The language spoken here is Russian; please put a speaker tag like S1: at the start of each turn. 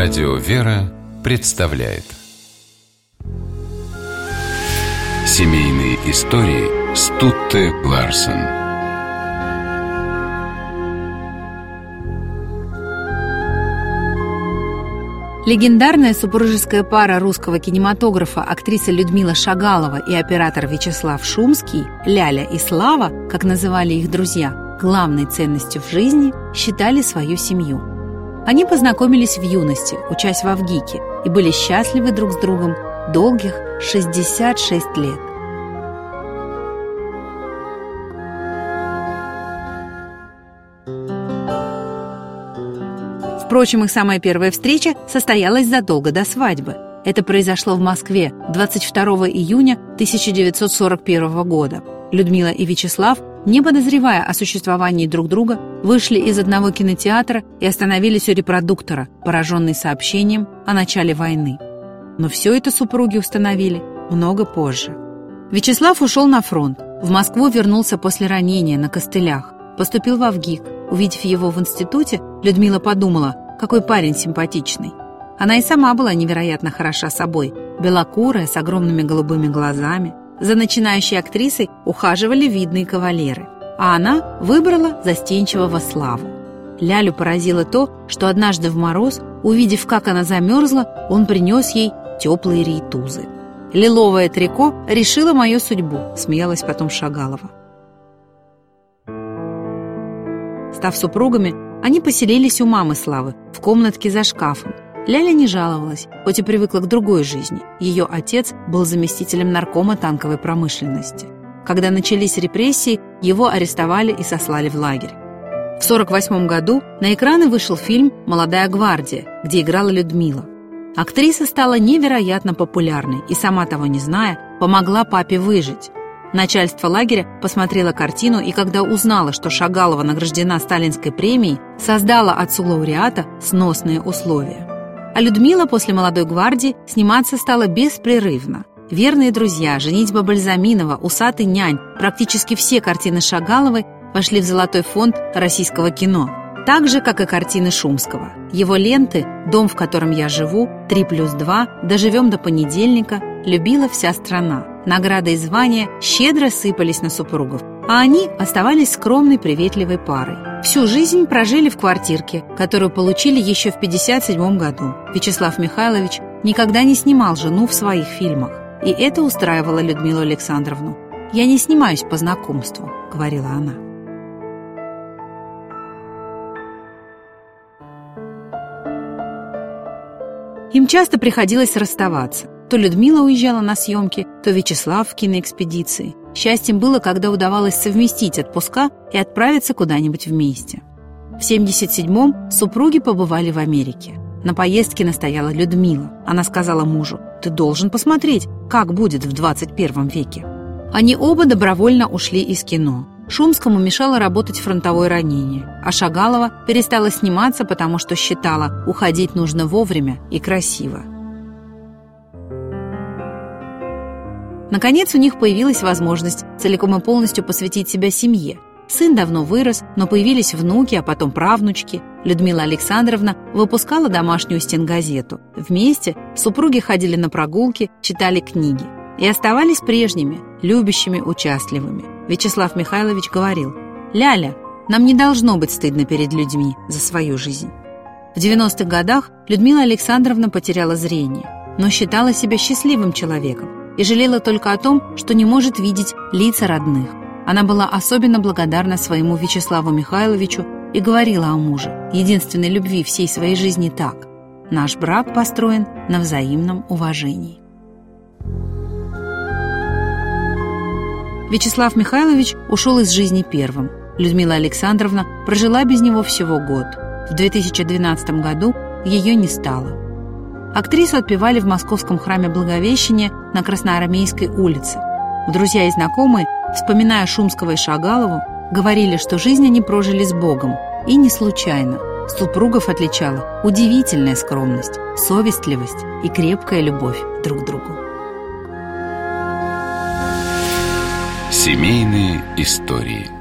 S1: Радио «Вера» представляет Семейные истории Стутте Ларсен.
S2: Легендарная супружеская пара русского кинематографа, актриса Людмила Шагалова и оператор Вячеслав Шумский, Ляля и Слава, как называли их друзья, главной ценностью в жизни считали свою семью. Они познакомились в юности, учась в Авгике, и были счастливы друг с другом долгих 66 лет. Впрочем, их самая первая встреча состоялась задолго до свадьбы. Это произошло в Москве 22 июня 1941 года. Людмила и Вячеслав, не подозревая о существовании друг друга, вышли из одного кинотеатра и остановились у репродуктора, пораженные сообщением о начале войны. Но все это супруги установили много позже. Вячеслав ушел на фронт. В Москву вернулся после ранения на костылях. Поступил в Авгик. Увидев его в институте, Людмила подумала, какой парень симпатичный. Она и сама была невероятно хороша собой, белокурая, с огромными голубыми глазами. За начинающей актрисой ухаживали видные кавалеры, а она выбрала застенчивого Славу. Лялю поразило то, что однажды в мороз, увидев, как она замерзла, он принес ей теплые рейтузы. «Лиловое трико решило мою судьбу», — смеялась потом Шагалова. Став супругами, они поселились у мамы Славы, в комнатке за шкафом. Ляля не жаловалась, хоть и привыкла к другой жизни. Ее отец был заместителем наркома танковой промышленности. Когда начались репрессии, его арестовали и сослали в лагерь. В 1948 году на экраны вышел фильм «Молодая гвардия», где играла Людмила. Актриса стала невероятно популярной и, сама того не зная, помогла папе выжить. Начальство лагеря посмотрело картину и, когда узнало, что Шагалова награждена Сталинской премией, создало отцу лауреата сносные условия. А Людмила после «Молодой гвардии» сниматься стала беспрерывно. «Верные друзья», «Женитьба Бальзаминова», «Усатый нянь», практически все картины Шагаловой вошли в золотой фонд российского кино. Так же, как и картины Шумского. Его ленты «Дом, в котором я живу», «3+2», «Доживем до понедельника» любила вся страна. Награды и звания щедро сыпались на супругов, а они оставались скромной, приветливой парой. Всю жизнь прожили в квартирке, которую получили еще в 1957 году. Вячеслав Михайлович никогда не снимал жену в своих фильмах, и это устраивало Людмилу Александровну. «Я не снимаюсь по знакомству», — говорила она. Им часто приходилось расставаться. То Людмила уезжала на съемки, то Вячеслав в киноэкспедиции. Счастьем было, когда удавалось совместить отпуска и отправиться куда-нибудь вместе. В 1977-м супруги побывали в Америке. На поездке настояла Людмила. Она сказала мужу: «Ты должен посмотреть, как будет в 21 веке». Они оба добровольно ушли из кино. Шумскому мешало работать фронтовое ранение, а Шагалова перестала сниматься, потому что считала, уходить нужно вовремя и красиво. Наконец у них появилась возможность целиком и полностью посвятить себя семье. Сын давно вырос, но появились внуки, а потом правнучки. Людмила Александровна выпускала домашнюю стенгазету. Вместе супруги ходили на прогулки, читали книги. И оставались прежними, любящими, участливыми. Вячеслав Михайлович говорил: «Ляля, нам не должно быть стыдно перед людьми за свою жизнь». В 90-х годах Людмила Александровна потеряла зрение, но считала себя счастливым человеком и жалела только о том, что не может видеть лица родных. Она была особенно благодарна своему Вячеславу Михайловичу и говорила о муже, единственной любви всей своей жизни, так: «Наш брак построен на взаимном уважении». Вячеслав Михайлович ушел из жизни первым. Людмила Александровна прожила без него всего год. В 2012 году ее не стало. Актрису отпевали в Московском храме Благовещения на Красноармейской улице. Друзья и знакомые, вспоминая Шумского и Шагалову, говорили, что жизнь они прожили с Богом, и не случайно. Супругов отличала удивительная скромность, совестливость и крепкая любовь друг к другу.
S1: Семейные истории.